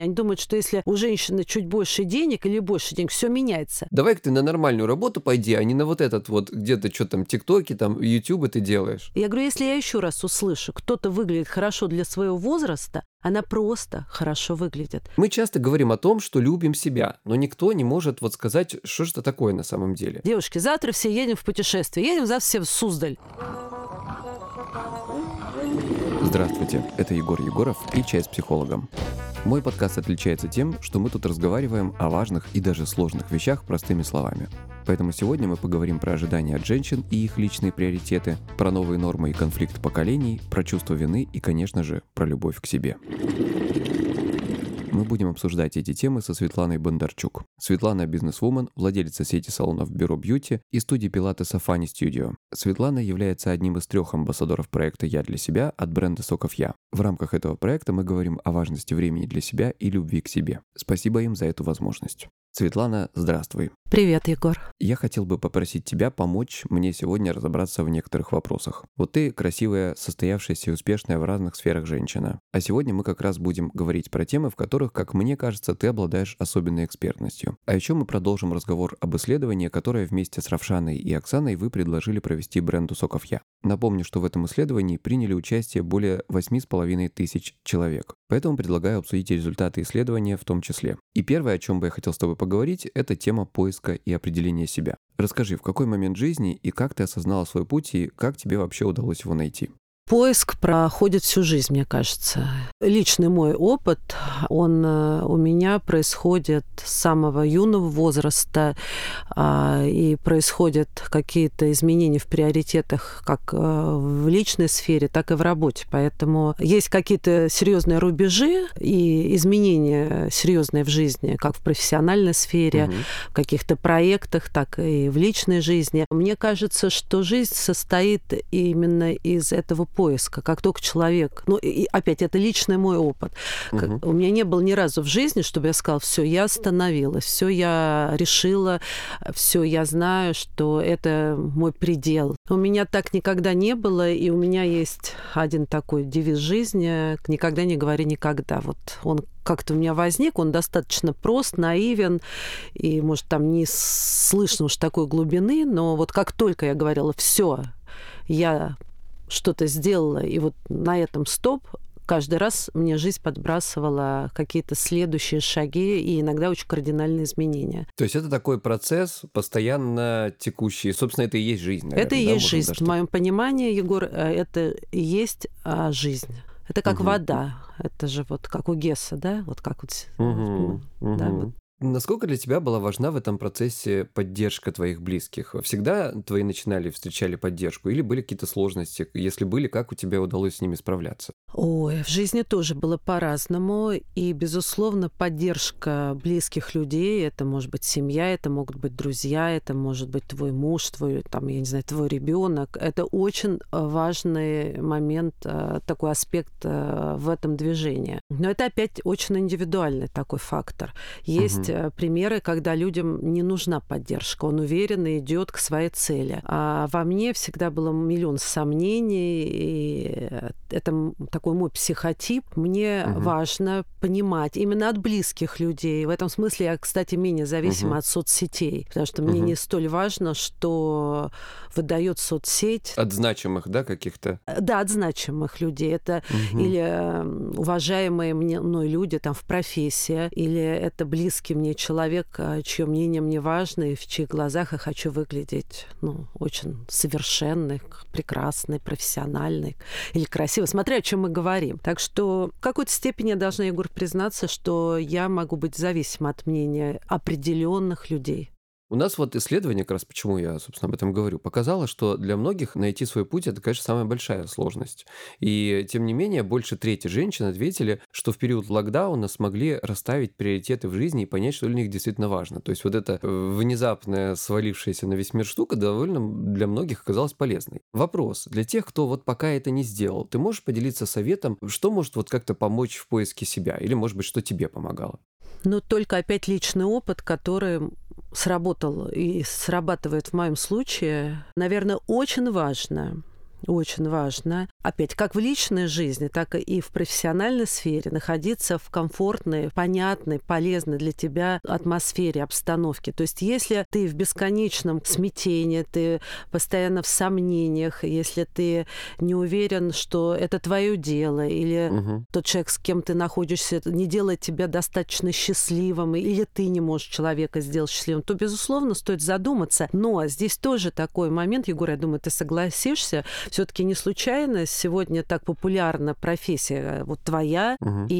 Они думают, что если у женщины чуть больше денег или больше денег, все меняется. Давай-ка ты на нормальную работу пойди, а не на вот этот вот, где-то что там, ТикТоки, там, Ютубы ты делаешь. Я говорю, если я еще раз услышу, кто-то выглядит хорошо для своего возраста, она просто хорошо выглядит. Мы часто говорим о том, что любим себя, но никто не может вот сказать, что же это такое на самом деле. Девушки, завтра все едем в путешествие. Едем завтра все в Суздаль. Здравствуйте, это Егор Егоров и «Чай с психологом». Мой подкаст отличается тем, что мы тут разговариваем о важных и даже сложных вещах простыми словами. Поэтому сегодня мы поговорим про ожидания от женщин и их личные приоритеты, про новые нормы и конфликт поколений, про чувство вины и, конечно же, про любовь к себе. Мы будем обсуждать эти темы со Светланой Бондарчук. Светлана – бизнесвумен, владелица сети салонов Бюро Бьюти и студии пилатеса Funny Studio. Светлана является одним из 3 амбассадоров проекта «Я для себя» от бренда «Соков Я». В рамках этого проекта мы говорим о важности времени для себя и любви к себе. Спасибо им за эту возможность. Светлана, здравствуй. Привет, Егор. Я хотел бы попросить тебя помочь мне сегодня разобраться в некоторых вопросах. Вот ты красивая, состоявшаяся и успешная в разных сферах женщина. А сегодня мы как раз будем говорить про темы, в которых, как мне кажется, ты обладаешь особенной экспертностью. А еще мы продолжим разговор об исследовании, которое вместе с Равшаной и Оксаной вы предложили провести бренду «Соков Я». Напомню, что в этом исследовании приняли участие более 8500 человек. Поэтому предлагаю обсудить результаты исследования в том числе. И первое, о чем бы я хотел с тобой поговорить, это тема поиска и определения себя. Расскажи, в какой момент жизни и как ты осознала свой путь и как тебе вообще удалось его найти? Поиск проходит всю жизнь, мне кажется. Личный мой опыт, он у меня происходит с самого юного возраста, и происходят какие-то изменения в приоритетах как в личной сфере, так и в работе. Поэтому есть какие-то серьезные рубежи и изменения серьезные в жизни, как в профессиональной сфере, в каких-то проектах, так и в личной жизни. Мне кажется, что жизнь состоит именно из этого поиска. Как только человек... и опять, это личный мой опыт. У меня не было ни разу в жизни, чтобы я сказала, все, я остановилась, все, я решила, все, я знаю, что это мой предел. У меня так никогда не было, и у меня есть один такой девиз жизни: «Никогда не говори никогда». Вот он как-то у меня возник, он достаточно прост, наивен, и, может, там не слышно уж такой глубины, но вот как только я говорила, все, я что-то сделала, и вот на этом стоп, каждый раз мне жизнь подбрасывала какие-то следующие шаги и иногда очень кардинальные изменения. То есть это такой процесс постоянно текущий. Собственно, это и есть жизнь, наверное. Это и есть жизнь. В моем понимании, Егор, это и есть жизнь. Это как вода. Это же вот как у Гесса, да? Вот как вот... Да, вот. Насколько для тебя была важна в этом процессе поддержка твоих близких? Всегда твои встречали поддержку? Или были какие-то сложности? Если были, как у тебя удалось с ними справляться? Ой, в жизни тоже было по-разному. И, безусловно, поддержка близких людей, это может быть семья, это могут быть друзья, это может быть твой муж, твой, там, я не знаю, твой ребенок. Это очень важный момент, такой аспект в этом движении. Но это опять очень индивидуальный такой фактор. Есть примеры, когда людям не нужна поддержка, он уверенно идет к своей цели. А во мне всегда было миллион сомнений, и это такой мой психотип. Мне важно понимать именно от близких людей. В этом смысле я, кстати, менее зависима от соцсетей, потому что мне не столь важно, что выдает соцсеть. От значимых, да, каких-то? Да, от значимых людей. Это или уважаемые мной люди там в профессии, или это близкий мне человек, чье мнение мне важно, и в чьих глазах я хочу выглядеть, очень совершенной, прекрасной, профессиональной или красивой, смотря о чем мы говорим. Так что в какой-то степени я должна, Егор, признаться, что я могу быть зависима от мнения определенных людей. У нас вот исследование, как раз почему я, собственно, об этом говорю, показало, что для многих найти свой путь – это, конечно, самая большая сложность. И, тем не менее, больше трети женщин ответили, что в период локдауна смогли расставить приоритеты в жизни и понять, что для них действительно важно. То есть вот эта внезапная свалившаяся на весь мир штука довольно для многих оказалась полезной. Вопрос для тех, кто вот пока это не сделал. Ты можешь поделиться советом, что может вот как-то помочь в поиске себя? Или, может быть, что тебе помогало? Только опять личный опыт, который сработал и срабатывает в моем случае. Наверное, очень важно Очень важно. Опять, как в личной жизни, так и в профессиональной сфере находиться в комфортной, понятной, полезной для тебя атмосфере, обстановке. То есть если ты в бесконечном смятении, ты постоянно в сомнениях, если ты не уверен, что это твое дело, или тот человек, с кем ты находишься, не делает тебя достаточно счастливым, или ты не можешь человека сделать счастливым, то, безусловно, стоит задуматься. Но здесь тоже такой момент, Егор, я думаю, ты согласишься, все-таки не случайно сегодня так популярна профессия вот твоя,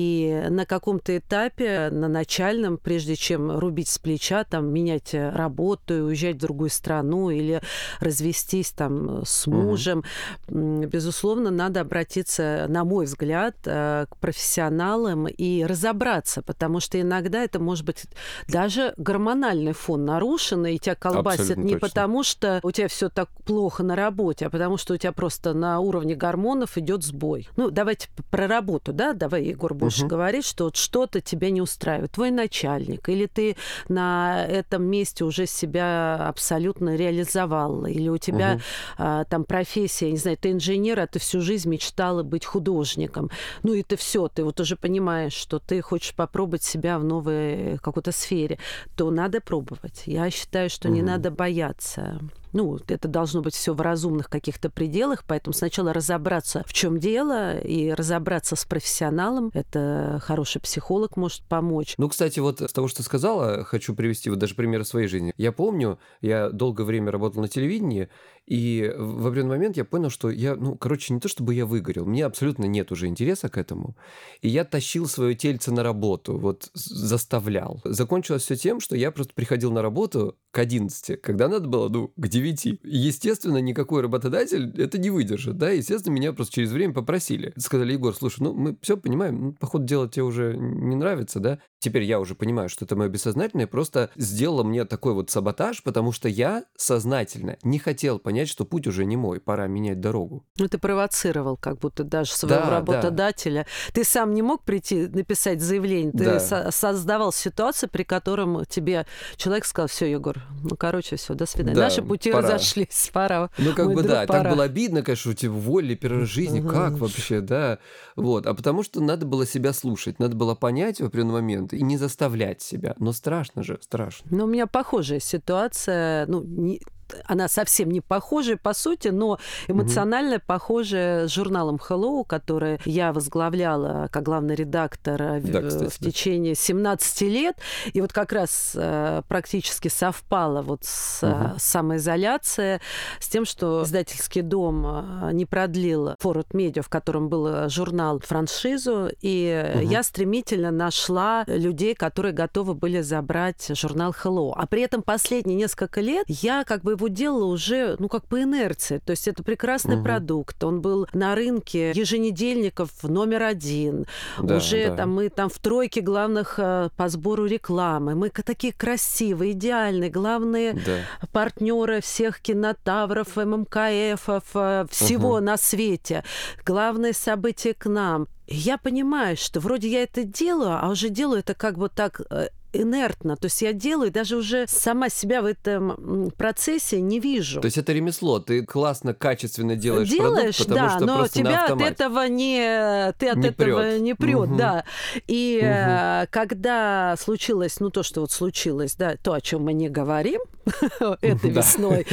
и на каком-то этапе, на начальном, прежде чем рубить с плеча, там, менять работу, уезжать в другую страну или развестись там с мужем, безусловно, надо обратиться, на мой взгляд, к профессионалам и разобраться, потому что иногда это может быть даже гормональный фон нарушен, и тебя колбасит абсолютно не точно. Потому, что у тебя все так плохо на работе, а потому что у тебя просто на уровне гормонов идет сбой. Ну, давайте про работу, да? Давай, Егор, больше говорить, что вот что-то тебя не устраивает. Твой начальник, или ты на этом месте уже себя абсолютно реализовал, или у тебя там профессия, не знаю, ты инженер, а ты всю жизнь мечтала быть художником. Ну, и ты все, ты вот уже понимаешь, что ты хочешь попробовать себя в новой какой-то сфере, то надо пробовать. Я считаю, что не надо бояться. Ну, это должно быть все в разумных каких-то пределах, поэтому сначала разобраться, в чем дело, и разобраться с профессионалом. Это хороший психолог может помочь. Ну, кстати, вот с того, что ты сказала, хочу привести вот даже пример своей жизни. Я помню, я долгое время работал на телевидении, и в определенный момент я понял, что я, не то чтобы я выгорел, мне абсолютно нет уже интереса к этому, и я тащил свое тельце на работу, вот заставлял. Закончилось все тем, что я просто приходил на работу к 11, когда надо было, к 9. Естественно, никакой работодатель это не выдержит, да, естественно, меня просто через время попросили. Сказали: Егор, слушай, мы все понимаем, по ходу дела тебе уже не нравится, да. Теперь я уже понимаю, что это мое бессознательное просто сделало мне такой вот саботаж, потому что я сознательно не хотел понять, что путь уже не мой, пора менять дорогу. Ну, ты провоцировал как будто даже своего работодателя. Да. Ты сам не мог прийти, написать заявление, ты создавал ситуацию, при котором тебе человек сказал: все, Егор, все, до свидания. Да, наши пути разошлись, пора. Ну, как бы да, так было обидно, конечно, что тебя уволили первый раз в жизни, как вообще, да. Вот, а потому что надо было себя слушать, надо было понять в определенный момент и не заставлять себя. Но страшно же, страшно. Ну, у меня похожая ситуация, она совсем не похожая по сути, но эмоционально похожая с журналом Hello, который я возглавляла как главный редактор в течение 17 лет. И вот как раз практически совпало вот с самоизоляцией, с тем, что издательский дом не продлил Forward Media, в котором был журнал, франшизу, и я стремительно нашла людей, которые готовы были забрать журнал Hello. А при этом последние несколько лет я как бы его делала уже, как по инерции. То есть это прекрасный продукт. Он был на рынке еженедельников номер 1. Да, уже мы там в тройке главных по сбору рекламы. Мы такие красивые, идеальные, главные партнеры всех кинотавров, ММКФов, всего на свете. Главное событие к нам. И я понимаю, что вроде я это делаю, а уже делаю это как бы так инертно. То есть я делаю, даже уже сама себя в этом процессе не вижу. То есть это ремесло. Ты классно, качественно делаешь продукт, потому что но просто тебя на автомате. От этого не прет, да. И когда случилось, то, что вот случилось, да, то, о чем мы не говорим, этой весной,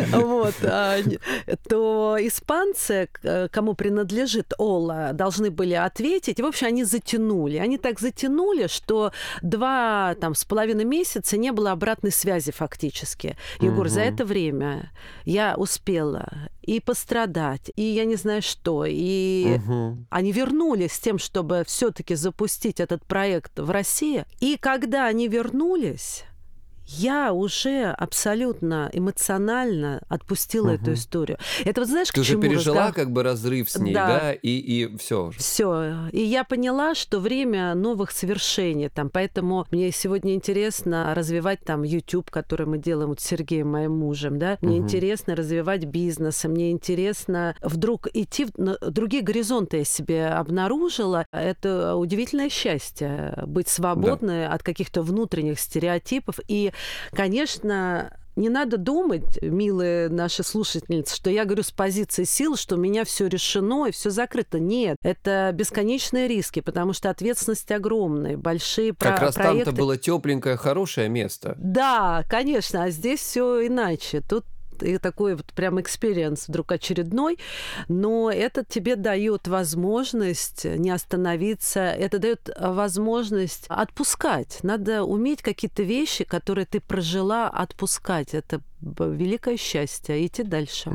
то испанцы, кому принадлежит Ола, должны были ответить. И, в общем, они затянули. Они так затянули, что 2,5 месяца не было обратной связи фактически. Егор, за это время я успела и пострадать, и я не знаю что. И они вернулись с тем, чтобы все-таки запустить этот проект в России. И когда они вернулись, я уже абсолютно эмоционально отпустила эту историю. Это вот знаешь, ты к чему уже пережила как бы разрыв с ней, да? И все уже. Все. И я поняла, что время новых свершений. Поэтому мне сегодня интересно развивать YouTube, который мы делаем вот с Сергеем, моим мужем, да? Мне интересно развивать бизнес, мне интересно вдруг идти на другие горизонты. Я себе обнаружила. Это удивительное счастье быть свободной от каких-то внутренних стереотипов. И, конечно, Не надо думать, милые наши слушательницы, что я говорю с позиции сил, что у меня все решено и все закрыто. Нет, это бесконечные риски, потому что ответственность огромная, большие Как раз проекты. там-то было тепленькое, хорошее место. Да, конечно, а здесь все иначе. Тут и такой вот прям экспириенс вдруг очередной, но это тебе дает возможность не остановиться, это дает возможность отпускать. Надо уметь какие-то вещи, которые ты прожила, отпускать. Это великое счастье, идти дальше.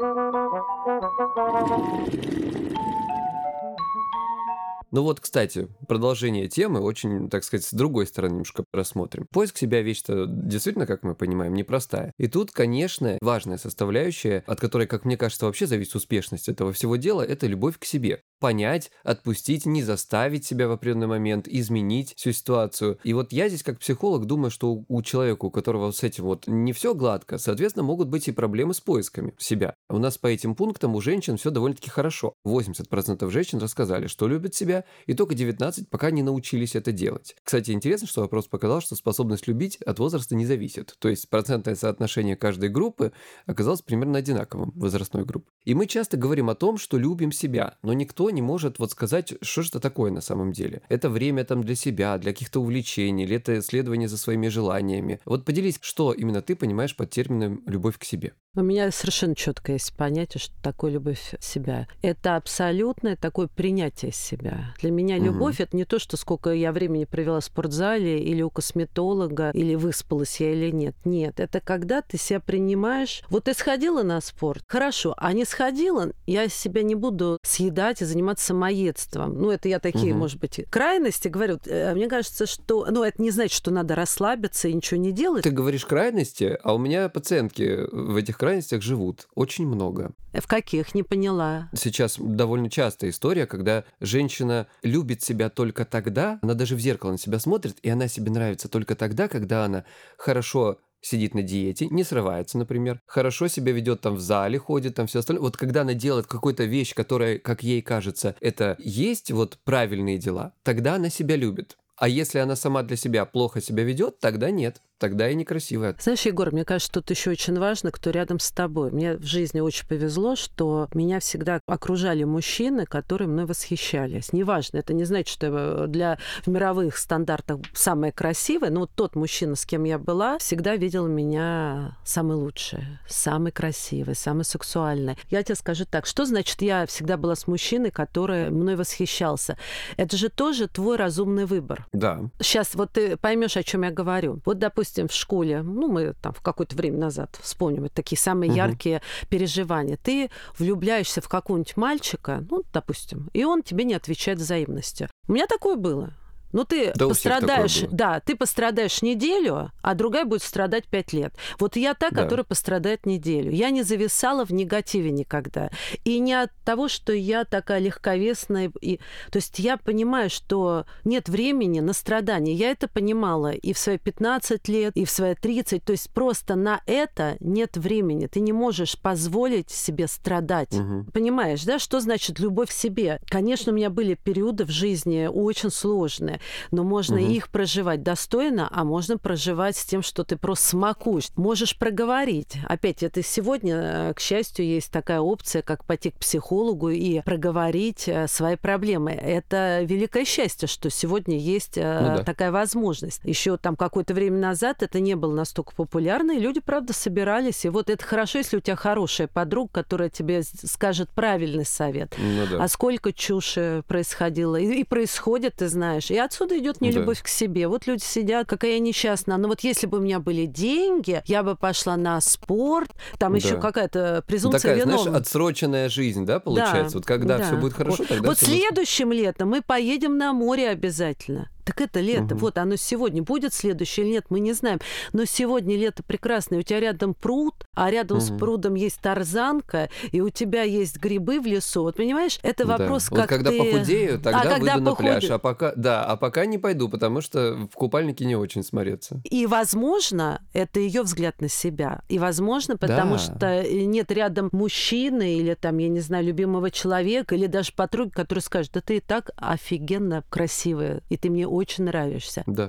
Ну вот, кстати, продолжение темы очень, так сказать, с другой стороны немножко рассмотрим. Поиск себя вещь-то действительно, как мы понимаем, непростая. И тут, конечно, важная составляющая, от которой, как мне кажется, вообще зависит успешность этого всего дела, это любовь к себе. Понять, отпустить, не заставить себя в определенный момент, изменить всю ситуацию. И вот я здесь как психолог думаю, что у человека, у которого с этим вот не все гладко, соответственно, могут быть и проблемы с поисками себя. У нас по этим пунктам у женщин все довольно-таки хорошо. 80% женщин рассказали, что любят себя, и только 19% пока не научились это делать. Кстати, интересно, что вопрос показал, что способность любить от возраста не зависит. То есть процентное соотношение каждой группы оказалось примерно одинаковым возрастной группы. И мы часто говорим о том, что любим себя, но никто не может вот сказать, что же это такое на самом деле. Это время там для себя, для каких-то увлечений, или это исследование за своими желаниями. Вот поделись, что именно ты понимаешь под термином «любовь к себе». У меня совершенно четко есть понятие, что такое любовь к себе. Это абсолютное такое принятие себя. Для меня любовь это не то, что сколько я времени провела в спортзале или у косметолога, или выспалась я или нет. Нет, это когда ты себя принимаешь. Вот ты сходила на спорт, хорошо, а не сходила, я себя не буду съедать и заниматься самоедством. Ну, это я такие, может быть, крайности говорю. Мне кажется, что... Ну, это не значит, что надо расслабиться и ничего не делать. Ты говоришь крайности, а у меня пациентки в этих крайностях живут очень много. В каких? Не поняла. Сейчас довольно частая история, когда женщина любит себя только тогда, она даже в зеркало на себя смотрит, и она себе нравится только тогда, когда она хорошо сидит на диете, не срывается, например, хорошо себя ведет там в зале, ходит, там все остальное. Вот когда она делает какую-то вещь, которая, как ей кажется, это есть вот правильные дела, тогда она себя любит. А если она сама для себя плохо себя ведет, тогда нет. Тогда и некрасивая. Знаешь, Егор, мне кажется, тут еще очень важно, кто рядом с тобой. Мне в жизни очень повезло, что меня всегда окружали мужчины, которые мной восхищались. Неважно, это не значит, что для в мировых стандартах самое красивое, но вот тот мужчина, с кем я была, всегда видел меня самой лучшей, самой красивой, самой сексуальной. Я тебе скажу так, что значит я всегда была с мужчиной, который мной восхищался? Это же тоже твой разумный выбор. Да. Сейчас вот ты поймешь, о чем я говорю. Вот, допустим, в школе, ну, мы там в какое-то время назад вспомним, это такие самые яркие переживания. Ты влюбляешься в какого-нибудь мальчика, ну, допустим, и он тебе не отвечает взаимностью. У меня такое было. Ну, ты пострадаешь, да, ты пострадаешь неделю, а другая будет страдать 5 лет. Вот я та, которая пострадает неделю. Я не зависала в негативе никогда. И не от того, что я такая легковесная. То есть я понимаю, что нет времени на страдания. Я это понимала и в свои 15 лет, и в свои 30. То есть просто на это нет времени. Ты не можешь позволить себе страдать. Понимаешь, да, что значит любовь к себе? Конечно, у меня были периоды в жизни очень сложные. Но можно их проживать достойно, а можно проживать с тем, что ты просто смакуешь. Можешь проговорить. Опять, это сегодня, к счастью, есть такая опция, как пойти к психологу и проговорить свои проблемы. Это великое счастье, что сегодня есть такая возможность. Еще там какое-то время назад это не было настолько популярно, и люди, правда, собирались. И вот это хорошо, если у тебя хорошая подруга, которая тебе скажет правильный совет. А сколько чуши происходило и происходит, ты знаешь. И отсюда идет нелюбовь к себе. Вот люди сидят, какая я несчастная. Но вот если бы у меня были деньги, я бы пошла на спорт, там еще какая-то презумпция виновности. Знаешь, отсроченная жизнь, да, получается? Вот когда все будет хорошо, тогда вот следующим летом мы поедем на море обязательно. Так это лето, вот оно сегодня будет следующее или нет, мы не знаем. Но сегодня лето прекрасное, у тебя рядом пруд, а рядом с прудом есть тарзанка, и у тебя есть грибы в лесу. Вот понимаешь, это вопрос, вот как когда ты... похудею, тогда выйду на пляж, а пока не пойду, потому что в купальнике не очень смотреться. И, возможно, это ее взгляд на себя. И, возможно, потому что нет рядом мужчины или там, я не знаю, любимого человека, или даже подруги, который скажет, да ты и так офигенно красивая, и ты мне очень нравишься. Да.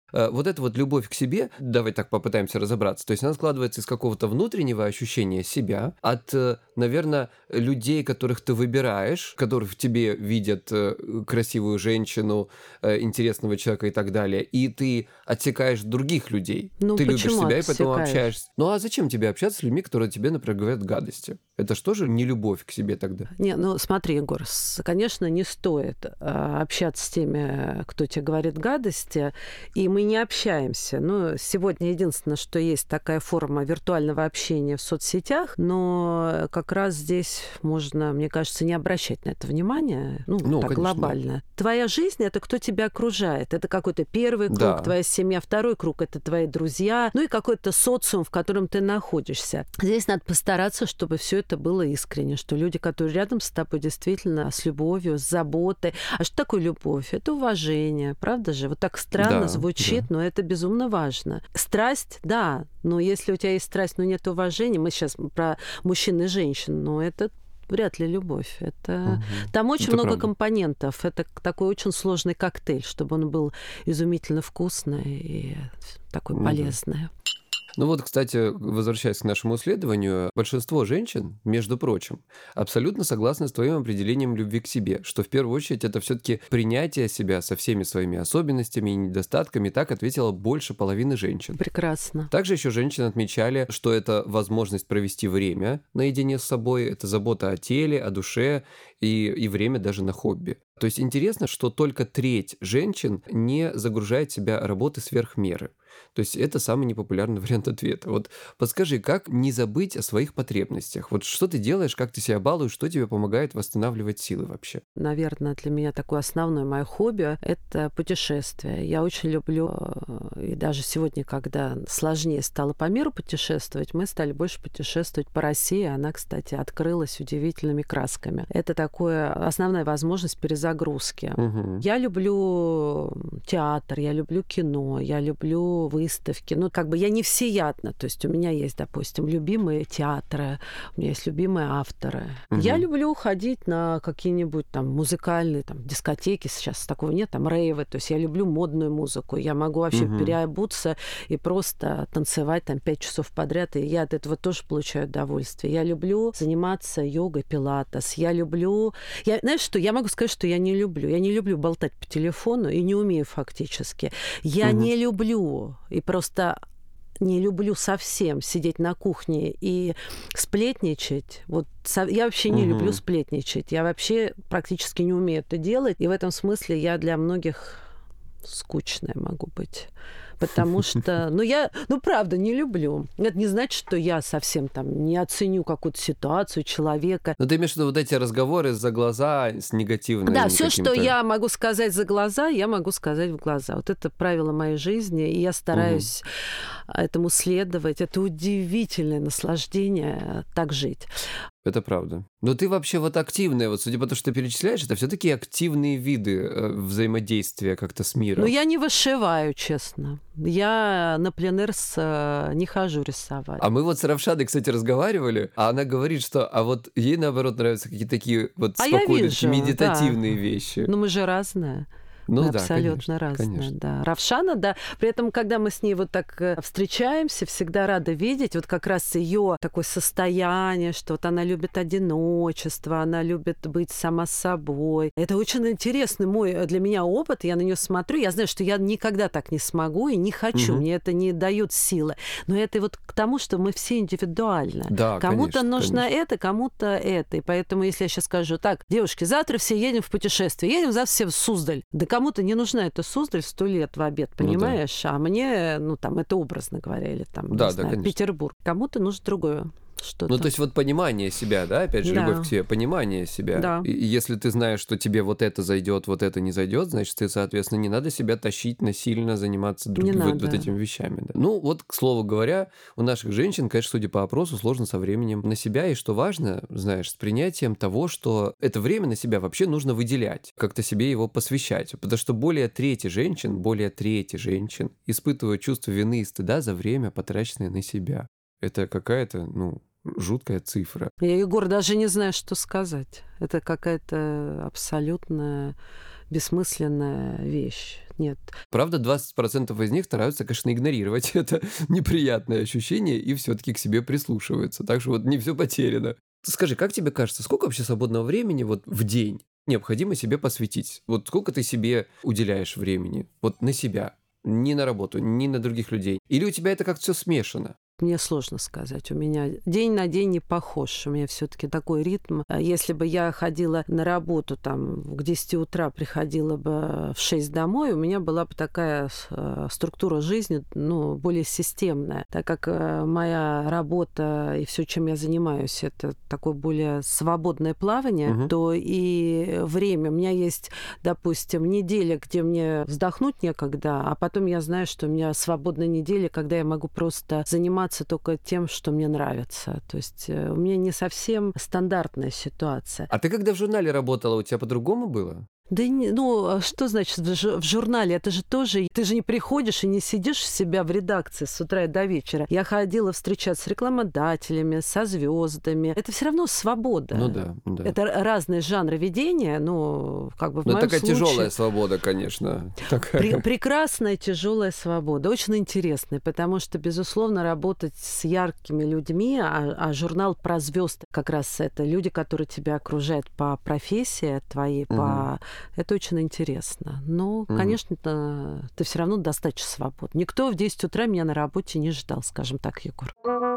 Вот эта вот любовь к себе, давай так попытаемся разобраться, то есть она складывается из какого-то внутреннего ощущения себя, от, наверное, людей, которых ты выбираешь, которых в тебе видят красивую женщину, интересного человека и так далее, и ты отсекаешь других людей. Ну, Ты любишь почему себя и поэтому отсекаешь? общаешься. Ну а зачем тебе общаться с людьми, которые тебе, например, говорят гадости? Это ж тоже не любовь к себе тогда. Не, ну смотри, Егор, конечно, не стоит общаться с теми, кто тебе говорит гадости, и мы не общаемся. Ну, сегодня единственное, что есть такая форма виртуального общения в соцсетях, но как раз здесь можно, мне кажется, не обращать на это внимания, ну так конечно. глобально. Твоя жизнь — это кто тебя окружает. Это какой-то первый круг, Да. твоя семья, второй круг — это твои друзья, ну и какой-то социум, в котором ты находишься. Здесь надо постараться, чтобы все это было искренне, что люди, которые рядом с тобой, действительно с любовью, с заботой. А что такое любовь? Это уважение, правда же? Вот так странно Да, звучит, да. но это безумно важно. Страсть, да, но если у тебя есть страсть, но нет уважения, мы сейчас про мужчин и женщин, но это вряд ли любовь. Это... Мгм. Там очень Это много правда. компонентов. Это такой очень сложный коктейль, чтобы он был изумительно вкусный и такой Ну да. полезный. Ну вот, кстати, возвращаясь к нашему исследованию, большинство женщин, между прочим, абсолютно согласны с твоим определением любви к себе, что в первую очередь это все-таки принятие себя со всеми своими особенностями и недостатками, так ответила больше половины женщин. Прекрасно. Также еще женщины отмечали, что это возможность провести время наедине с собой, это забота о теле, о душе и время даже на хобби. То есть интересно, что только треть женщин не загружает себя работой сверх меры. То есть это самый непопулярный вариант ответа. Вот подскажи, как не забыть о своих потребностях? Вот что ты делаешь, как ты себя балуешь, что тебе помогает восстанавливать силы вообще? Наверное, для меня такое основное мое хобби — это путешествие. Я очень люблю, и даже сегодня, когда сложнее стало по миру путешествовать, мы стали больше путешествовать по России. Она, кстати, открылась удивительными красками. Это такая основная возможность перезагрузки. Угу. Я люблю театр, я люблю кино, я люблю выставки. Ну, как бы я не всеядна. То есть у меня есть, допустим, любимые театры, у меня есть любимые авторы. Я люблю ходить на какие-нибудь там музыкальные там дискотеки. Сейчас такого нет, там рейвы. То есть я люблю модную музыку. Я могу вообще переобуться и просто танцевать там 5 часов подряд. И я от этого тоже получаю удовольствие. Я люблю заниматься йогой, пилатес. Я люблю... Знаешь что? Я могу сказать, что я не люблю. Я не люблю болтать по телефону и не умею фактически. Я не люблю и просто не люблю совсем сидеть на кухне и сплетничать. Вот я вообще не люблю сплетничать. Я вообще практически не умею это делать. И в этом смысле я для многих скучная могу быть. Потому что, правда, не люблю. Это не значит, что я совсем там не оценю какую-то ситуацию человека. Но ты имеешь в виду вот эти разговоры за глаза с негативным Да, все, каким-то... что я могу сказать за глаза, я могу сказать в глаза. Вот это правило моей жизни, и я стараюсь этому следовать. Это удивительное наслаждение так жить. Это правда. Но ты вообще вот активная, вот судя по тому, что ты перечисляешь, это все-таки активные виды взаимодействия как-то с миром. Ну, я не вышиваю, честно. Я на пленэр не хожу рисовать. А мы вот с Равшадой, кстати, разговаривали, а она говорит, что вот ей, наоборот, нравятся какие-то такие вот спокойные, медитативные вещи. Ну, мы же разные. Ну мы да, абсолютно разные. конечно. Да. Равшана, да. При этом, когда мы с ней вот так встречаемся, всегда рада видеть вот как раз ее такое состояние, что вот она любит одиночество, она любит быть сама собой. Это очень интересный для меня опыт. Я на нее смотрю, я знаю, что я никогда так не смогу и не хочу. Мне это не дает силы. Но это вот к тому, что мы все индивидуальны. Да, кому-то конечно, нужно конечно. это, кому-то это. И поэтому, если я сейчас скажу, так, девушки, завтра все едем в путешествие, едем завтра все в Суздаль. Да кому-то не нужна эта Суздаль 100 лет в обед, понимаешь? А мне, там, это образно говоря, или там, Да, не знаю, конечно. Петербург. Кому-то нужно другое что-то. Ну, то есть вот понимание себя, да, опять же, Да. любовь к себе, понимание себя. Да. И если ты знаешь, что тебе вот это зайдет, вот это не зайдет, значит, ты, соответственно, не надо себя тащить насильно заниматься Не надо. вот этими вещами. Да. Ну, вот, к слову говоря, у наших женщин, конечно, судя по опросу, сложно со временем на себя. И что важно, знаешь, с принятием того, что это время на себя вообще нужно выделять, как-то себе его посвящать. Потому что более трети женщин испытывают чувство вины и стыда за время, потраченное на себя. Это какая-то, жуткая цифра. Я, Егор, даже не знаю, что сказать. Это какая-то абсолютная бессмысленная вещь. Нет. Правда, 20% из них стараются, конечно, игнорировать это неприятное ощущение и все-таки к себе прислушиваются. Так что вот не все потеряно. Скажи, как тебе кажется, сколько вообще свободного времени вот в день необходимо себе посвятить? Вот сколько ты себе уделяешь времени? Вот на себя. Ни на работу, ни на других людей. Или у тебя это как-то все смешано? Мне сложно сказать. У меня день на день не похож. У меня все-таки такой ритм. Если бы я ходила на работу там, к 10 утра, приходила бы в 6 домой, у меня была бы такая структура жизни, более системная. Так как моя работа и все, чем я занимаюсь, это такое более свободное плавание, то и время. У меня есть, допустим, неделя, где мне вздохнуть некогда, а потом я знаю, что у меня свободная неделя, когда я могу просто заниматься только тем, что мне нравится. То есть у меня не совсем стандартная ситуация. А ты когда в журнале работала, у тебя по-другому было? Да, что значит в журнале? Это же тоже... Ты же не приходишь и не сидишь у себя в редакции с утра до вечера. Я ходила встречаться с рекламодателями, со звездами. Это все равно свобода. Ну да. Это разные жанры ведения, как бы в моем такая случае... тяжелая свобода, конечно. Прекрасная тяжелая свобода. Очень интересная, потому что, безусловно, работать с яркими людьми, а журнал про звезд как раз это люди, которые тебя окружают по профессии твоей, по... Это очень интересно. Но, конечно, ты все равно достаточно свободен. Никто в 10 утра меня на работе не ждал, скажем так, Егор.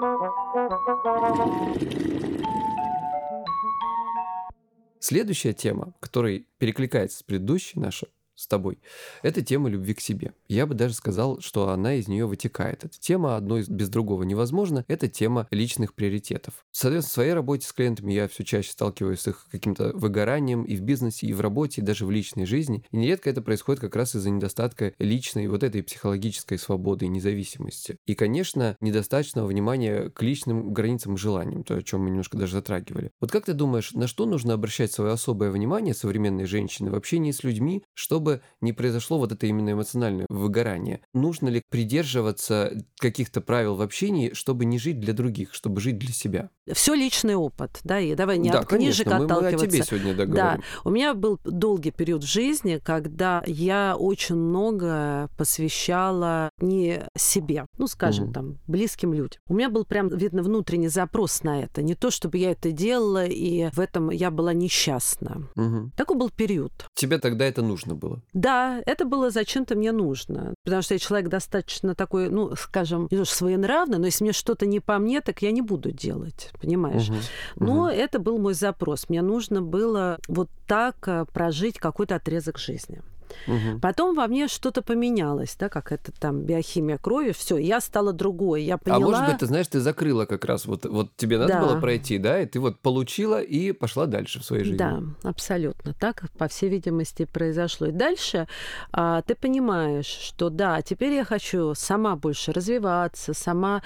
Следующая тема, которая перекликается с предыдущей нашей, с тобой, это тема любви к себе. Я бы даже сказал, что она из нее вытекает. Эта тема одно без другого невозможно. Это тема личных приоритетов. Соответственно, в своей работе с клиентами я все чаще сталкиваюсь с их каким-то выгоранием и в бизнесе, и в работе, и даже в личной жизни. И нередко это происходит как раз из-за недостатка личной вот этой психологической свободы и независимости. И, конечно, недостаточного внимания к личным границам и желаниям, то, о чем мы немножко даже затрагивали. Вот как ты думаешь, на что нужно обращать свое особое внимание современной женщины в общении с людьми, чтобы не произошло вот это именно эмоциональное выгорание? Нужно ли придерживаться каких-то правил в общении, чтобы не жить для других, чтобы жить для себя? Все личный опыт, да, и давай не от книжек отталкиваться. Мы о тебе сегодня договорим. Да, у меня был долгий период в жизни, когда я очень много посвящала не себе, скажем, там, близким людям. У меня был прям, видно, внутренний запрос на это. Не то, чтобы я это делала, и в этом я была несчастна. Такой был период. Тебе тогда это нужно было? Да, это было зачем-то мне нужно. Потому что я человек достаточно такой, скажем, не то что своенравный, но если мне что-то не по мне, так я не буду делать, понимаешь? Но это был мой запрос. Мне нужно было вот так прожить какой-то отрезок жизни. Потом во мне что-то поменялось, да, как это там биохимия крови, все, я стала другой, я поняла... А может быть, ты знаешь, ты закрыла как раз, вот тебе надо было пройти, да, и ты вот получила и пошла дальше в своей жизни. Да, абсолютно, так, по всей видимости, произошло. И дальше ты понимаешь, что да, теперь я хочу сама больше развиваться, сама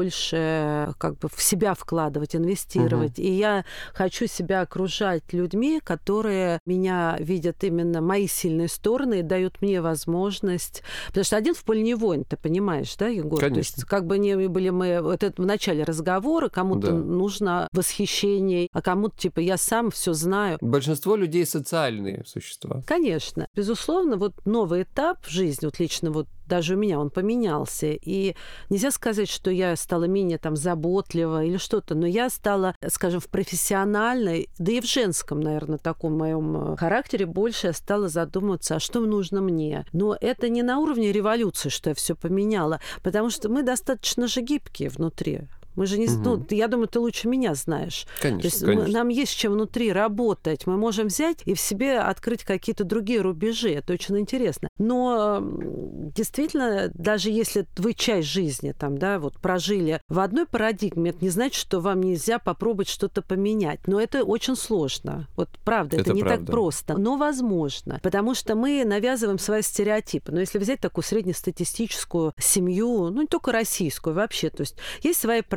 больше как бы в себя вкладывать, инвестировать, и я хочу себя окружать людьми, которые меня видят именно мои сильные стороны, и дают мне возможность... Потому что один в поле не воин, ты понимаешь, да, Егор? Конечно. То есть как бы не были мы... Это в начале разговора, кому-то нужно восхищение, а кому-то типа я сам все знаю. Большинство людей социальные существа. Конечно. Безусловно, вот новый этап в жизни, вот лично вот даже у меня он поменялся. И нельзя сказать, что я стала менее там заботлива или что-то, но я стала, скажем, в профессиональной, да и в женском, наверное, таком моем характере больше я стала задумываться, а что нужно мне. Но это не на уровне революции, что я все поменяла, потому что мы достаточно же гибкие внутри. Мы же не... я думаю, ты лучше меня знаешь. Конечно, то есть конечно. Нам есть чем внутри работать. Мы можем взять и в себе открыть какие-то другие рубежи. Это очень интересно. Но действительно, даже если вы часть жизни там, да, вот прожили в одной парадигме, это не значит, что вам нельзя попробовать что-то поменять. Но это очень сложно. Вот правда, это не правда. так просто. Но возможно. Потому что мы навязываем свои стереотипы. Но если взять такую среднестатистическую семью, не только российскую вообще, то есть есть свои правила,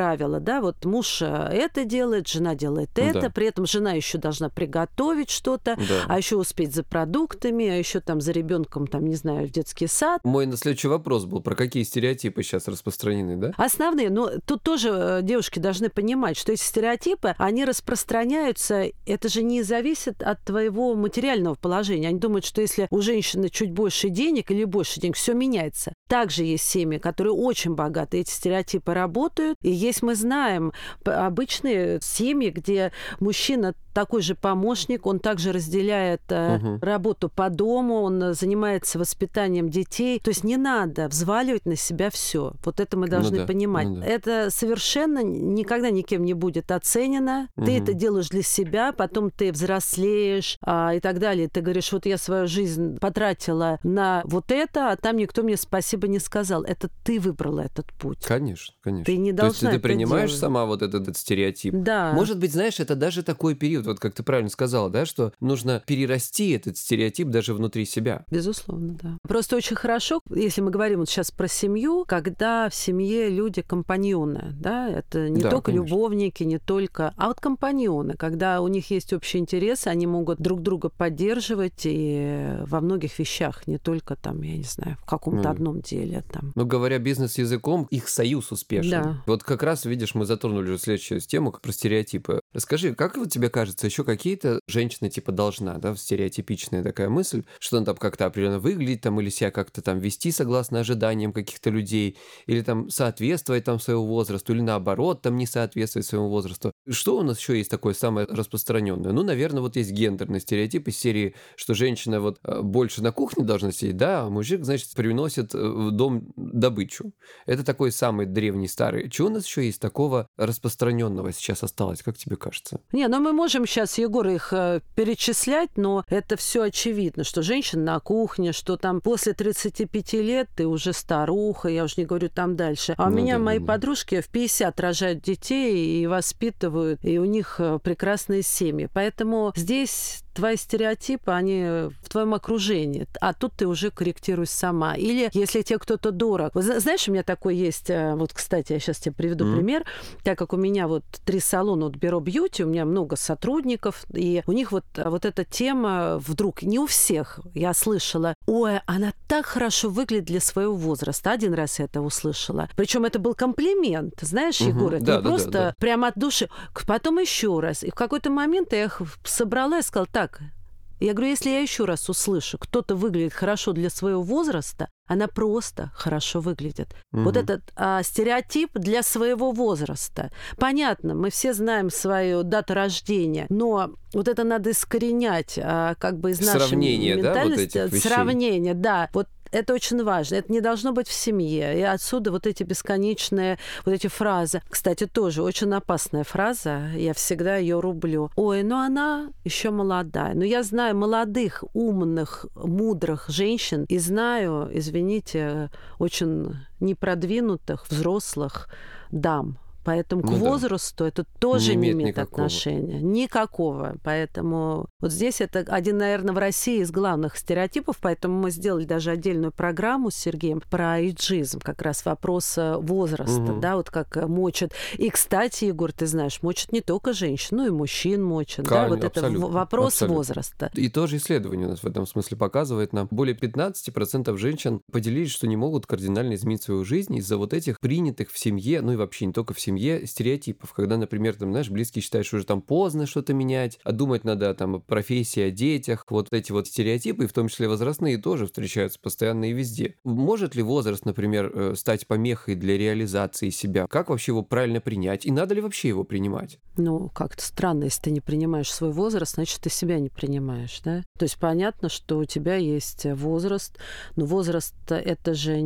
правила, да, вот муж это делает, жена делает это, Да. при этом жена еще должна приготовить что-то, Да. а еще успеть за продуктами, а еще там за ребенком, там, не знаю, в детский сад. Мой на следующий вопрос был, про какие стереотипы сейчас распространены, да? Основные, но тут тоже девушки должны понимать, что эти стереотипы, они распространяются, это же не зависит от твоего материального положения. Они думают, что если у женщины чуть больше денег или больше денег, все меняется. Также есть семьи, которые очень богаты, эти стереотипы работают. И есть, мы знаем, обычные семьи, где мужчина такой же помощник, он также разделяет работу по дому, он занимается воспитанием детей. То есть не надо взваливать на себя все. Вот это мы должны понимать. Это совершенно никогда никем не будет оценено. Ты это делаешь для себя, потом ты взрослеешь и так далее. Ты говоришь, вот я свою жизнь потратила на вот это, а там никто мне спасибо не сказал. Это ты выбрала этот путь. Конечно, конечно. Ты не должна То есть ты принимаешь делать. сама вот этот стереотип? Да. Может быть, знаешь, это даже такой период, вот как ты правильно сказала, да, что нужно перерасти этот стереотип даже внутри себя. Безусловно, да. Просто очень хорошо, если мы говорим вот сейчас про семью, когда в семье люди компаньоны, да, это не только конечно. любовники, не только, а вот компаньоны, когда у них есть общие интересы, они могут друг друга поддерживать и во многих вещах, не только там, я не знаю, в каком-то одном деле там. Ну, говоря бизнес-языком, их союз успешен. Да. Вот как раз, видишь, мы затронули уже следующую тему про стереотипы. Расскажи, как вот тебе кажется, еще какие-то женщины типа должна, да, стереотипичная такая мысль, что она там как-то определенно выглядеть там или себя как-то там вести согласно ожиданиям каких-то людей, или там соответствовать там своему возрасту, или наоборот там не соответствовать своему возрасту. Что у нас еще есть такое самое распространенное? Ну, наверное, вот есть гендерный стереотип из серии, что женщина вот больше на кухне должна сидеть, да, а мужик, значит, приносит в дом добычу. Это такой самый древний, старый. Чего у нас еще есть такого распространенного сейчас осталось, как тебе кажется? Не, ну мы можем сейчас, Егор, их перечислять, но это все очевидно, что женщина на кухне, что там после 35 лет ты уже старуха, я уже не говорю там дальше. А у меня мои подружки в 50 рожают детей и воспитывают, и у них прекрасные семьи. Поэтому здесь твои стереотипы, они в твоем окружении, а тут ты уже корректируешь сама. Или если тебе кто-то дорог. Вот, знаешь, у меня такой есть, вот, кстати, я сейчас тебе приведу пример, так как у меня вот 3 салона, вот Бюро Бьюти, у меня много сотрудников, и у них вот эта тема вдруг, не у всех, я слышала, ой, она так хорошо выглядит для своего возраста. Один раз я это услышала. Причем это был комплимент, знаешь, Егор, это не просто прямо от души. Потом еще раз. И в какой-то момент я их собрала и сказала, так, я говорю, если я еще раз услышу, кто-то выглядит хорошо для своего возраста, она просто хорошо выглядит. Вот этот стереотип для своего возраста. Понятно, мы все знаем свою дату рождения, но вот это надо искоренять как бы из нашей ментальности. Да, вот этих вещей. Сравнение, да. Вот это очень важно. Это не должно быть в семье. И отсюда вот эти бесконечные вот эти фразы. Кстати, тоже очень опасная фраза. Я всегда ее рублю. Ой, ну она еще молодая. Но я знаю молодых, умных, мудрых женщин и знаю, извините, очень непродвинутых, взрослых дам. Поэтому к возрасту это тоже не имеет отношения. Никакого. Поэтому вот здесь это один, наверное, в России из главных стереотипов. Поэтому мы сделали даже отдельную программу с Сергеем про эйджизм, как раз вопрос возраста, да, вот как мочат. И, кстати, Егор, ты знаешь, мочат не только женщин, но и мужчин мочат. Да, вот это вопрос возраста. И тоже исследование у нас в этом смысле показывает нам. Более 15% женщин поделились, что не могут кардинально изменить свою жизнь из-за вот этих принятых в семье, ну и вообще не только в семье, стереотипов, когда, например, там, знаешь, близкие считают, что уже там поздно что-то менять, а думать надо там о профессии, о детях. Вот эти вот стереотипы, и в том числе возрастные, тоже встречаются постоянно и везде. Может ли возраст, например, стать помехой для реализации себя? Как вообще его правильно принять? И надо ли вообще его принимать? Ну, как-то странно, если ты не принимаешь свой возраст, значит, ты себя не принимаешь, да? То есть понятно, что у тебя есть возраст, но возраст – это же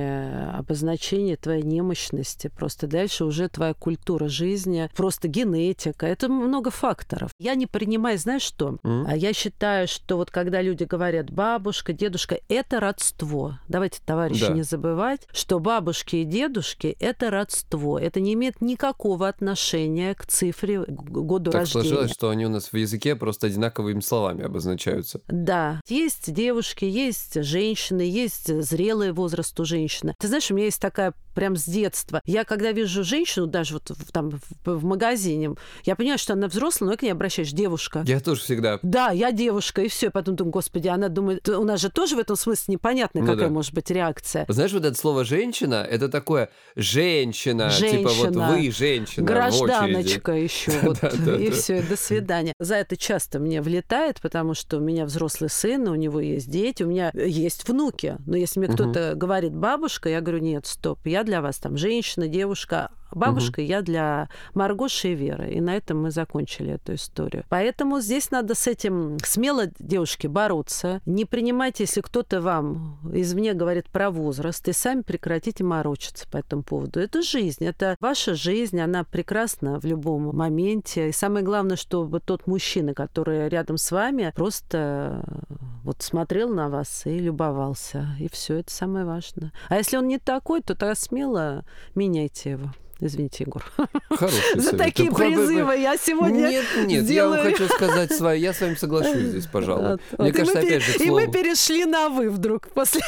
не обозначение твоей немощности, просто дальше уже твоя культура жизни, просто генетика, это много факторов. Я не принимаю, знаешь что? А я считаю, что вот когда люди говорят бабушка, дедушка, это родство. Давайте, товарищи, не забывать, что бабушки и дедушки – это родство. Это не имеет никакого отношения к цифре, к году так рождения. Так сложилось, что они у нас в языке просто одинаковыми словами обозначаются. Да. Есть девушки, есть женщины, есть зрелый возраст у женщины. Ты знаешь, у меня есть такая прям с детства. Я когда вижу женщину, даже вот в магазине, я понимаю, что она взрослая, но я к ней обращаюсь, девушка. Я тоже всегда. Да, я девушка, и все. Потом думаю, господи, она думает, у нас же тоже в этом смысле непонятно, какая может быть реакция. Знаешь, вот это слово «женщина», это такое «женщина», типа вот вы женщина, гражданочка еще, вот, и все, до свидания. За это часто мне влетает, потому что у меня взрослый сын, у него есть дети, у меня есть внуки. Но если мне кто-то говорит «бабушка», я говорю, нет, стоп, я для вас там женщина, девушка, бабушка, я для Маргоши и Веры. И на этом мы закончили эту историю. Поэтому здесь надо с этим смело, девушки, бороться. Не принимайте, если кто-то вам извне говорит про возраст, и сами прекратите морочиться по этому поводу. Это жизнь, это ваша жизнь, она прекрасна в любом моменте. И самое главное, чтобы тот мужчина, который рядом с вами, просто вот смотрел на вас и любовался. И все, это самое важное. А если он не такой, то тогда смело меняйте его. Извините, Егор. Хороший За совет. такие призывы я сегодня Нет, я вам хочу сказать свое. Я с вами соглашусь здесь, пожалуй. Мне кажется, опять же, к слову... И мы перешли на «вы» вдруг после...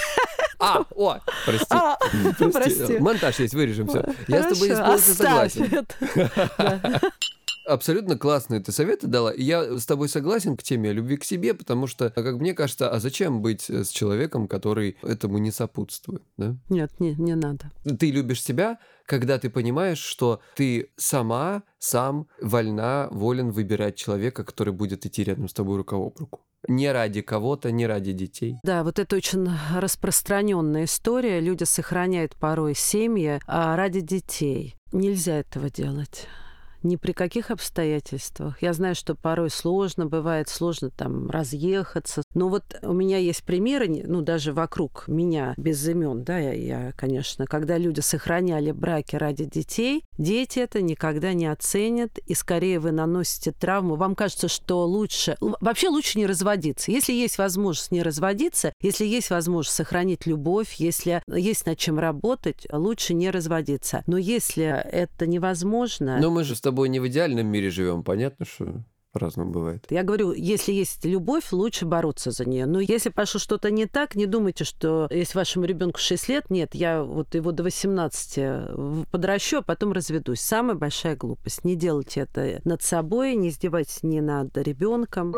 Прости. Монтаж есть, вырежем все. Я с тобой полностью согласен. Абсолютно классные ты советы дала. И я с тобой согласен к теме любви к себе, потому что, как мне кажется, а зачем быть с человеком, который этому не сопутствует? Да? Нет, не надо. Ты любишь себя, когда ты понимаешь, что ты сам вольна, волен выбирать человека, который будет идти рядом с тобой рука об руку. Не ради кого-то, не ради детей. Да, вот это очень распространенная история. Люди сохраняют порой семьи ради детей. Нельзя этого делать. Ни при каких обстоятельствах. Я знаю, что порой бывает сложно там разъехаться. Но вот у меня есть примеры, даже вокруг меня, без имен, да, я, конечно, когда люди сохраняли браки ради детей, дети это никогда не оценят, и скорее вы наносите травму. Вам кажется, что вообще лучше не разводиться. Если есть возможность не разводиться, если есть возможность сохранить любовь, если есть над чем работать, лучше не разводиться. Но если это невозможно... Но мы же с тобой не в идеальном мире живем, понятно, что по-разному бывает. Я говорю, если есть любовь, лучше бороться за нее. Но если пошло что-то не так, не думайте, что если вашему ребенку 6 лет, нет, я вот его до 18 подращу, а потом разведусь. Самая большая глупость. Не делайте это над собой, не издевайтесь ни над ребенком.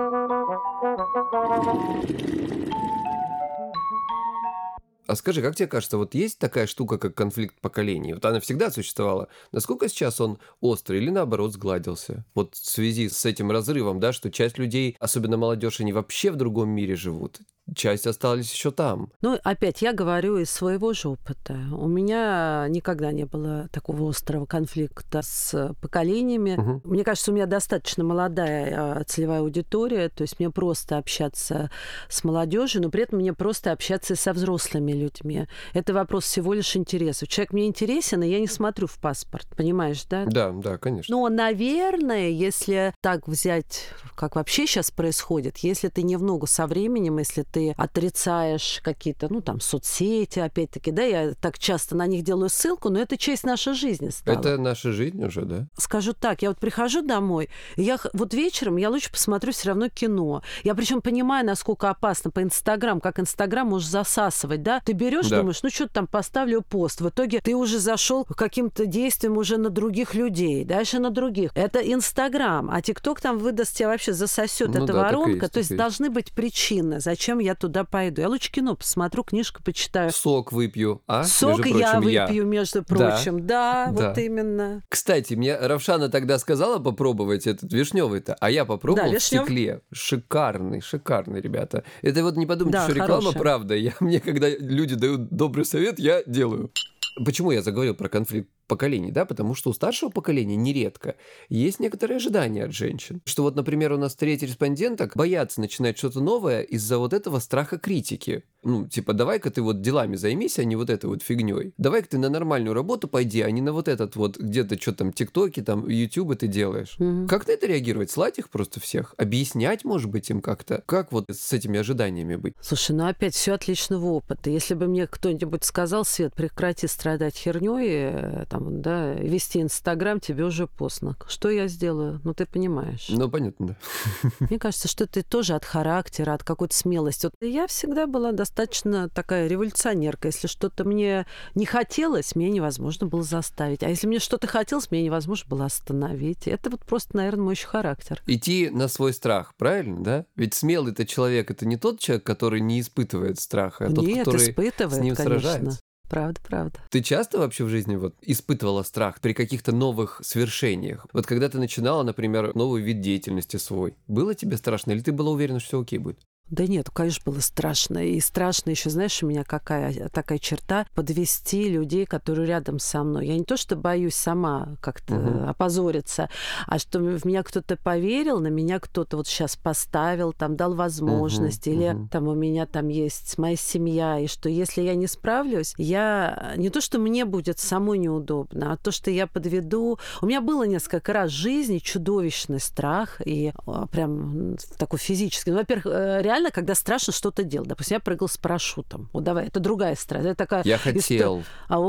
А скажи, как тебе кажется, вот есть такая штука, как конфликт поколений? Вот она всегда существовала. Насколько сейчас он острый или, наоборот, сгладился? Вот в связи с этим разрывом, да, что часть людей, особенно молодежь, они вообще в другом мире живут. Часть остались еще там. Опять я говорю из своего же опыта. У меня никогда не было такого острого конфликта с поколениями. Мне кажется, у меня достаточно молодая целевая аудитория, то есть мне просто общаться с молодежью, но при этом мне просто общаться со взрослыми людьми. Это вопрос всего лишь интереса. Человек мне интересен, и я не смотрю в паспорт, понимаешь, да? Да, конечно. Но, наверное, если так взять, как вообще сейчас происходит, если ты не в ногу со временем, если ты отрицаешь какие-то, соцсети, опять-таки, да, я так часто на них делаю ссылку, но это часть нашей жизни стала. Это наша жизнь уже, да? Скажу так, я вот прихожу домой, и вот вечером я лучше посмотрю все равно кино. Я причем понимаю, насколько опасно по Инстаграм, как Инстаграм может засасывать, да? Ты берешь, думаешь, что-то там поставлю пост. В итоге ты уже зашел к каким-то действиям уже на других людей, дальше на других. Это Инстаграм, а ТикТок там выдаст тебя вообще засосет. Это воронка. То есть должны быть причины, зачем я туда пойду. Я лучше кино посмотрю, книжку почитаю. Сок выпью, Сок я выпью, между прочим. Да, вот именно. Кстати, мне Равшана тогда сказала попробовать этот вишневый-то, а я попробовал в стекле. Шикарный, ребята. Это вот не подумайте, что реклама, правда. Мне, когда люди дают добрый совет, я делаю. Почему я заговорил про конфликт поколений, да, потому что у старшего поколения нередко есть некоторые ожидания от женщин. Что вот, например, у нас третий респонденток боятся начинать что-то новое из-за вот этого страха критики. Давай-ка ты вот делами займись, а не вот этой вот фигней. Давай-ка ты на нормальную работу пойди, а не на вот этот вот где-то что там ТикТоки, там Ютубы ты делаешь. Как на это реагировать? Слать их просто всех? Объяснять, может быть, им как-то? Как вот с этими ожиданиями быть? Слушай, опять все от личного опыта. Если бы мне кто-нибудь сказал, Свет, прекрати страдать херней, там, там, да, вести Инстаграм тебе уже поздно. Что я сделаю? Ну, ты понимаешь. Ну, понятно, да. Мне кажется, что это тоже от характера, от какой-то смелости. Вот я всегда была достаточно такая революционерка. Если что-то мне не хотелось, мне невозможно было заставить. А если мне что-то хотелось, мне невозможно было остановить. Это вот просто, наверное, мой еще характер. Идти на свой страх, правильно, да? Ведь смелый-то человек — это не тот человек, который не испытывает страха, а тот, Нет, который испытывает, с ним конечно. сражается. Правда. Ты часто вообще в жизни вот испытывала страх при каких-то новых свершениях? Вот когда ты начинала, например, новый вид деятельности свой, было тебе страшно или ты была уверена, что все окей будет? Да нет, конечно, было страшно. И страшно еще, знаешь, у меня какая такая черта — подвести людей, которые рядом со мной. Я не то, что боюсь сама как-то опозориться, а что в меня кто-то поверил, на меня кто-то вот сейчас поставил, там, дал возможность, или там у меня там есть моя семья, и что если я не справлюсь, я не то, что мне будет самой неудобно, а то, что я подведу. У меня было несколько раз в жизни чудовищный страх, и прям такой физический. Ну, во-первых, реально, когда страшно что-то делать. Допустим, я прыгала с парашютом. Вот давай, это другая страсть. Это такая Я хотел.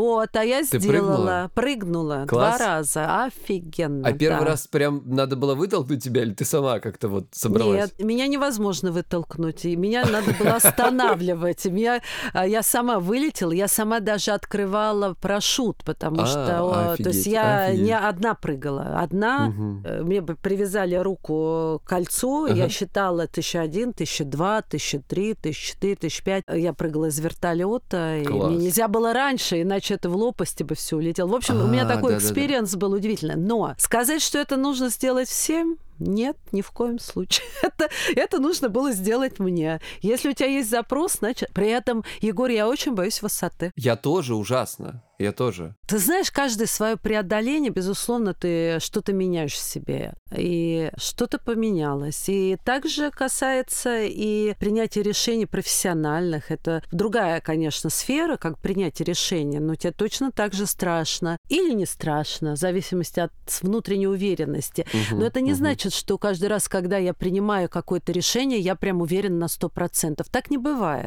А я Ты сделала. Прыгнула Класс. 2 раза. Офигенно. А первый да. раз прям надо было вытолкнуть тебя, или ты сама как-то вот собралась? Нет, меня невозможно вытолкнуть. И меня надо было останавливать. Я сама вылетела, я сама даже открывала парашют, потому что... То есть я не одна прыгала. Одна. Мне бы привязали руку к кольцу, я считала 1001, 1002, 1003, 1004, 1005. Я прыгала из вертолета, и мне нельзя было раньше, иначе это в лопасти бы все улетело. В общем, у меня такой экспириенс был удивительный. Но сказать, что это нужно сделать всем, нет, ни в коем случае. Это нужно было сделать мне. Если у тебя есть запрос, значит... При этом, Егор, я очень боюсь высоты. Я тоже ужасно. Я тоже. Ты знаешь, каждое свое преодоление, безусловно, ты что-то меняешь в себе. И что-то поменялось. И также касается и принятия решений профессиональных. Это другая, конечно, сфера, как принятие решения, но тебе точно так же страшно. Или не страшно, в зависимости от внутренней уверенности. Но это не значит, что каждый раз, когда я принимаю какое-то решение, я прям уверена на 100%. Так не бывает.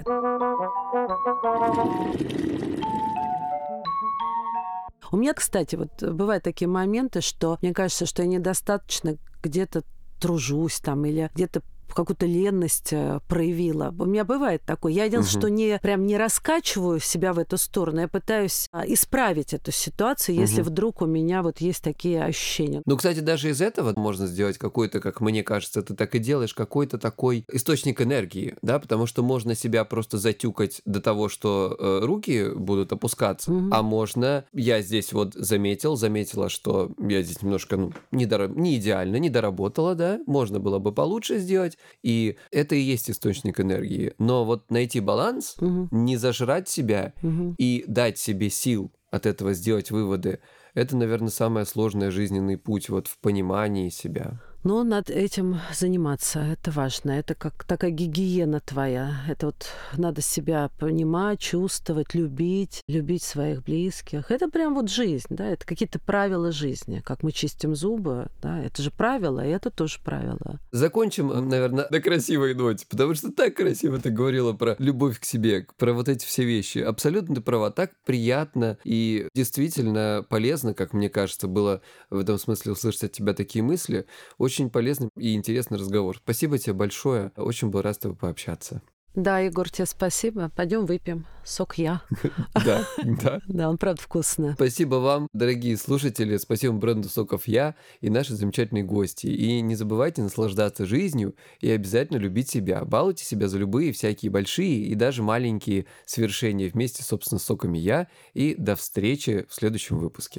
У меня, кстати, вот бывают такие моменты, что мне кажется, что я недостаточно где-то тружусь там или где-то какую-то ленность проявила. У меня бывает такое. Я единственное, что не раскачиваю себя в эту сторону. Я пытаюсь исправить эту ситуацию, если вдруг у меня вот есть такие ощущения. Ну, кстати, даже из этого можно сделать какой-то, как мне кажется, ты так и делаешь, какой-то такой источник энергии, да, потому что можно себя просто затюкать до того, что руки будут опускаться, а можно, я здесь вот заметила, что я здесь немножко не идеально, не доработала, да, можно было бы получше сделать, и это и есть источник энергии. Но вот найти баланс, не зажрать себя и дать себе сил от этого сделать выводы, это, наверное, самый сложный жизненный путь вот в понимании себя. Но надо этим заниматься, это важно. Это как такая гигиена твоя. Это вот надо себя понимать, чувствовать, любить своих близких. Это прям вот жизнь, да, это какие-то правила жизни. Как мы чистим зубы, да, это же правила, и это тоже правила. Закончим, наверное, на красивой ноте, потому что так красиво ты говорила про любовь к себе, про вот эти все вещи. Абсолютно ты права, так приятно и действительно полезно, как мне кажется, было в этом смысле услышать от тебя такие мысли. Очень полезный и интересный разговор. Спасибо тебе большое. Очень был рад с тобой пообщаться. Да, Егор, тебе спасибо. Пойдем выпьем сок я. Да. Да, он правда вкусный. Спасибо вам, дорогие слушатели. Спасибо бренду соков я и наши замечательные гости. И не забывайте наслаждаться жизнью и обязательно любить себя. Балуйте себя за любые всякие большие и даже маленькие свершения вместе, собственно, с соками я. И до встречи в следующем выпуске.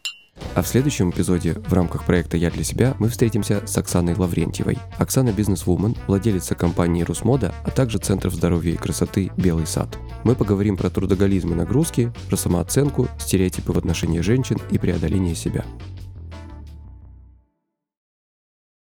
А в следующем эпизоде в рамках проекта «Я для себя» мы встретимся с Оксаной Лаврентьевой. Оксана – бизнес-вумен, владелица компании «Русмода», а также Центров здоровья и красоты «Белый сад». Мы поговорим про трудоголизм и нагрузки, про самооценку, стереотипы в отношении женщин и преодоление себя.